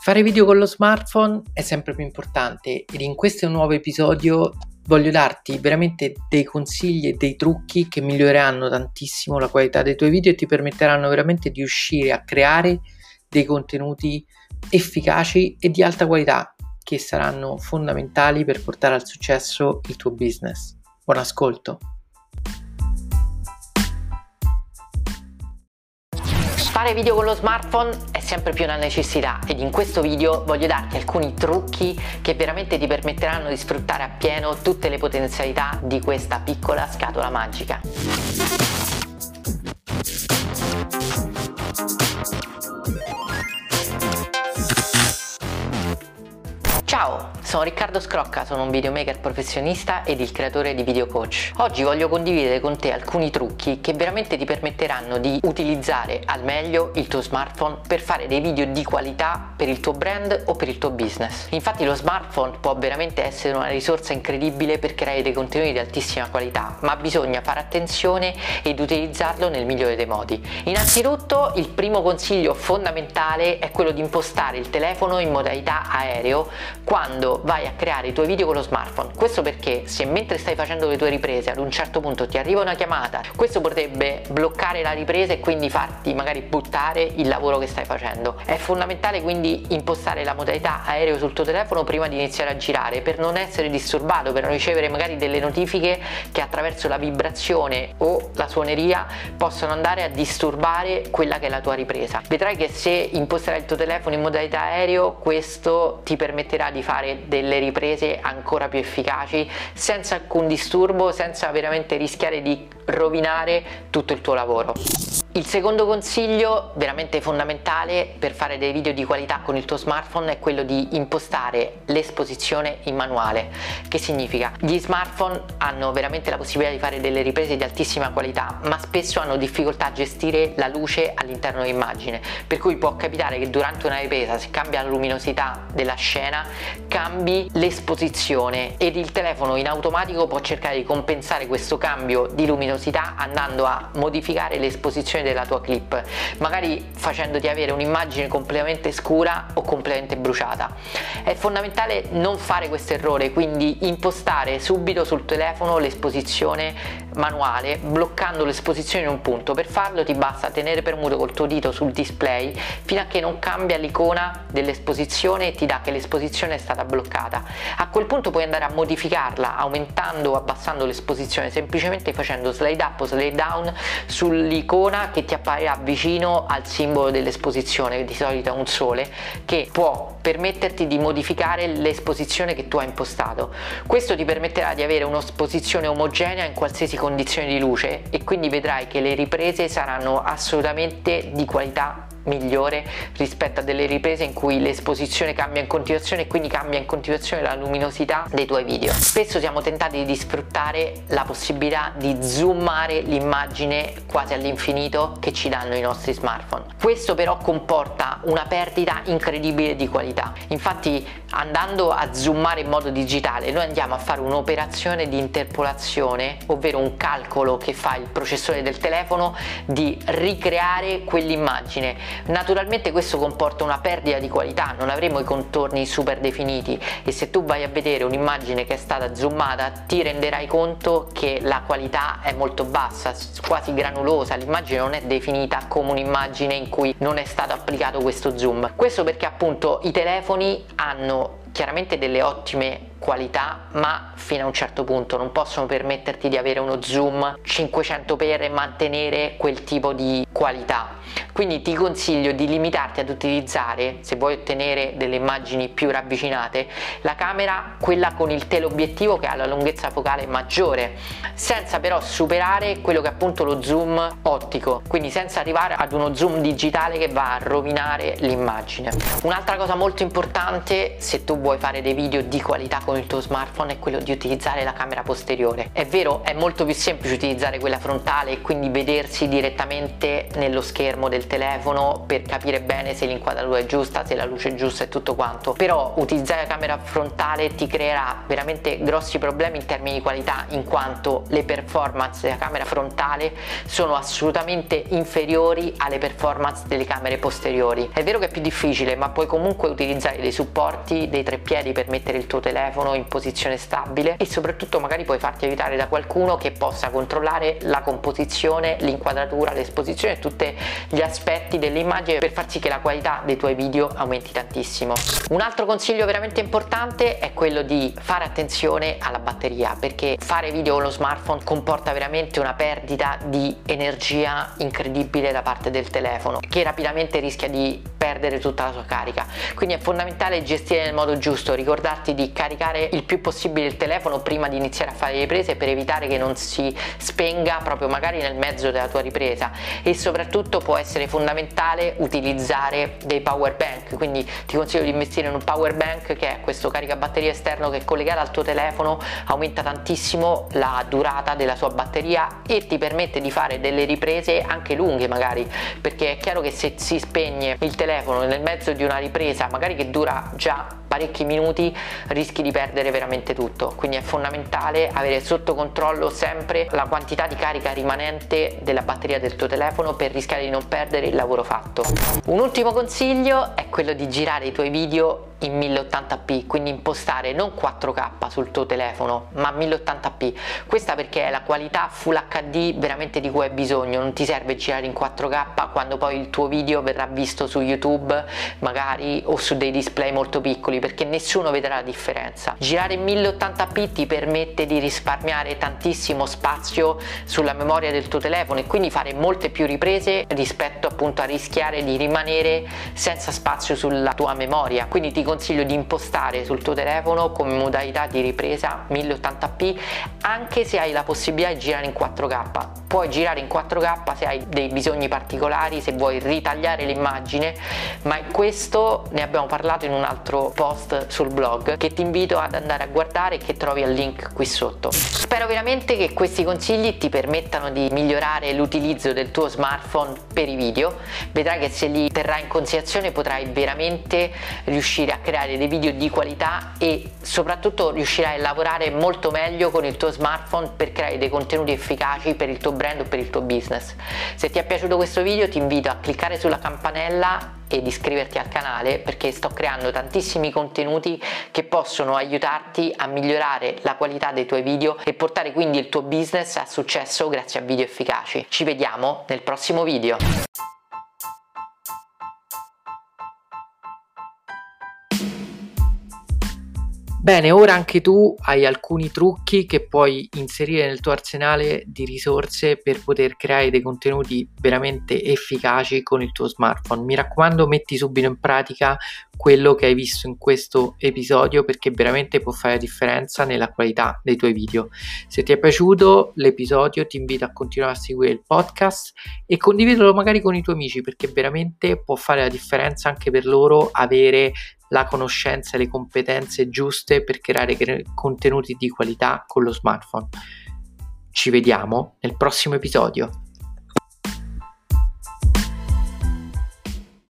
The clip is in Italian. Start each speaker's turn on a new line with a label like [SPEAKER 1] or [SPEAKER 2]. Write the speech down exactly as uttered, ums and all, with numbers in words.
[SPEAKER 1] Fare video con lo smartphone è sempre più importante ed in questo nuovo episodio voglio darti veramente dei consigli e dei trucchi che miglioreranno tantissimo la qualità dei tuoi video e ti permetteranno veramente di riuscire a creare dei contenuti efficaci e di alta qualità che saranno fondamentali per portare al successo il tuo business. Buon ascolto!
[SPEAKER 2] Fare video con lo smartphone è sempre più una necessità ed in questo video voglio darti alcuni trucchi che veramente ti permetteranno di sfruttare appieno tutte le potenzialità di questa piccola scatola magica. Ciao, sono Riccardo Scrocca, sono un videomaker professionista ed il creatore di Video Coach. Oggi voglio condividere con te alcuni trucchi che veramente ti permetteranno di utilizzare al meglio il tuo smartphone per fare dei video di qualità per il tuo brand o per il tuo business. Infatti lo smartphone può veramente essere una risorsa incredibile per creare dei contenuti di altissima qualità, ma bisogna fare attenzione ed utilizzarlo nel migliore dei modi. Innanzitutto, il primo consiglio fondamentale è quello di impostare il telefono in modalità aereo quando vai a creare i tuoi video con lo smartphone. Questo perché se mentre stai facendo le tue riprese ad un certo punto ti arriva una chiamata, questo potrebbe bloccare la ripresa e quindi farti magari buttare il lavoro che stai facendo. È fondamentale quindi impostare la modalità aereo sul tuo telefono prima di iniziare a girare, per non essere disturbato, per non ricevere magari delle notifiche che attraverso la vibrazione o la suoneria possono andare a disturbare quella che è la tua ripresa. Vedrai che se imposterai il tuo telefono in modalità aereo, questo ti permetterà di fare delle riprese ancora più efficaci senza alcun disturbo, senza veramente rischiare di rovinare tutto il tuo lavoro. Il secondo consiglio veramente fondamentale per fare dei video di qualità con il tuo smartphone è quello di impostare l'esposizione in manuale. Che significa? Gli smartphone hanno veramente la possibilità di fare delle riprese di altissima qualità, ma spesso hanno difficoltà a gestire la luce all'interno dell'immagine, per cui può capitare che durante una ripresa, se cambia la luminosità della scena, cambi l'esposizione ed il telefono in automatico può cercare di compensare questo cambio di luminosità andando a modificare l'esposizione della tua clip, magari facendoti avere un'immagine completamente scura o completamente bruciata. È fondamentale non fare questo errore, quindi impostare subito sul telefono l'esposizione manuale, bloccando l'esposizione in un punto. Per farlo ti basta tenere premuto col tuo dito sul display fino a che non cambia l'icona dell'esposizione e ti dà che l'esposizione è stata bloccata. A quel punto puoi andare a modificarla aumentando o abbassando l'esposizione, semplicemente facendo slide up o slide down sull'icona che ti apparirà vicino al simbolo dell'esposizione, che di solito è un sole, che può permetterti di modificare l'esposizione che tu hai impostato. Questo ti permetterà di avere un'esposizione omogenea in qualsiasi condizione di luce e quindi vedrai che le riprese saranno assolutamente di qualità migliore rispetto a delle riprese in cui l'esposizione cambia in continuazione e quindi cambia in continuazione la luminosità dei tuoi video. Spesso siamo tentati di sfruttare la possibilità di zoomare l'immagine quasi all'infinito che ci danno i nostri smartphone. Questo però comporta una perdita incredibile di qualità. Infatti, andando a zoomare in modo digitale, noi andiamo a fare un'operazione di interpolazione, ovvero un calcolo che fa il processore del telefono di ricreare quell'immagine. Naturalmente questo comporta una perdita di qualità, non avremo i contorni super definiti e se tu vai a vedere un'immagine che è stata zoomata ti renderai conto che la qualità è molto bassa, quasi granulosa, l'immagine non è definita come un'immagine in cui non è stato applicato questo zoom. Questo perché appunto i telefoni hanno chiaramente delle ottime qualità, ma fino a un certo punto non possono permetterti di avere uno zoom cinquecento per e mantenere quel tipo di qualità. Quindi ti consiglio di limitarti ad utilizzare, se vuoi ottenere delle immagini più ravvicinate, la camera quella con il teleobiettivo che ha la lunghezza focale maggiore, senza però superare quello che è appunto lo zoom ottico, quindi senza arrivare ad uno zoom digitale che va a rovinare l'immagine. Un'altra cosa molto importante, se tu vuoi fare dei video di qualità con con il tuo smartphone è quello di utilizzare la camera posteriore. È vero, è molto più semplice utilizzare quella frontale e quindi vedersi direttamente nello schermo del telefono per capire bene se l'inquadratura è giusta, se la luce è giusta e tutto quanto, però utilizzare la camera frontale ti creerà veramente grossi problemi in termini di qualità, in quanto le performance della camera frontale sono assolutamente inferiori alle performance delle camere posteriori. È vero che è più difficile, ma puoi comunque utilizzare dei supporti, dei treppiedi per mettere il tuo telefono in posizione stabile, e soprattutto magari puoi farti aiutare da qualcuno che possa controllare la composizione, l'inquadratura, l'esposizione e tutti gli aspetti dell'immagine per far sì che la qualità dei tuoi video aumenti tantissimo. Un altro consiglio veramente importante è quello di fare attenzione alla batteria, perché fare video con lo smartphone comporta veramente una perdita di energia incredibile da parte del telefono, che rapidamente rischia di perdere tutta la sua carica. Quindi è fondamentale gestire nel modo giusto, ricordarti di caricare il più possibile il telefono prima di iniziare a fare le riprese, per evitare che non si spenga proprio magari nel mezzo della tua ripresa. E soprattutto può essere fondamentale utilizzare dei power bank, quindi ti consiglio di investire in un power bank, che è questo caricabatteria esterno che, collegato al tuo telefono, aumenta tantissimo la durata della sua batteria e ti permette di fare delle riprese anche lunghe magari, perché è chiaro che se si spegne il telefono nel mezzo di una ripresa magari che dura già parecchi minuti, rischi di perdere veramente tutto. Quindi è fondamentale avere sotto controllo sempre la quantità di carica rimanente della batteria del tuo telefono per rischiare di non perdere il lavoro fatto. Un ultimo consiglio è quello di girare i tuoi video in mille ottanta p, quindi impostare non quattro K sul tuo telefono ma mille ottanta p. Questa perché è la qualità Full H D veramente di cui hai bisogno. Non ti serve girare in quattro K quando poi il tuo video verrà visto su YouTube magari o su dei display molto piccoli, perché nessuno vedrà la differenza. Girare in mille ottanta p ti permette di risparmiare tantissimo spazio sulla memoria del tuo telefono e quindi fare molte più riprese rispetto appunto a rischiare di rimanere senza spazio sulla tua memoria. Quindi ti consiglio di impostare sul tuo telefono come modalità di ripresa mille ottanta p, anche se hai la possibilità di girare in quattro K. Puoi girare in quattro K se hai dei bisogni particolari, se vuoi ritagliare l'immagine, ma questo ne abbiamo parlato in un altro post sul blog che ti invito ad andare a guardare e che trovi al link qui sotto. Spero veramente che questi consigli ti permettano di migliorare l'utilizzo del tuo smartphone per i video. Vedrai che se li terrai in considerazione potrai veramente riuscire a creare dei video di qualità e soprattutto riuscirai a lavorare molto meglio con il tuo smartphone per creare dei contenuti efficaci per il tuo brand o per il tuo business. Se ti è piaciuto questo video ti invito a cliccare sulla campanella ed iscriverti al canale, perché sto creando tantissimi contenuti che possono aiutarti a migliorare la qualità dei tuoi video e portare quindi il tuo business a successo grazie a video efficaci. Ci vediamo nel prossimo video.
[SPEAKER 1] Bene, ora anche tu hai alcuni trucchi che puoi inserire nel tuo arsenale di risorse per poter creare dei contenuti veramente efficaci con il tuo smartphone. Mi raccomando, metti subito in pratica quello che hai visto in questo episodio, perché veramente può fare la differenza nella qualità dei tuoi video. Se ti è piaciuto l'episodio ti invito a continuare a seguire il podcast e condividerlo magari con i tuoi amici, perché veramente può fare la differenza anche per loro avere la conoscenza e le competenze giuste per creare contenuti di qualità con lo smartphone. Ci vediamo nel prossimo episodio.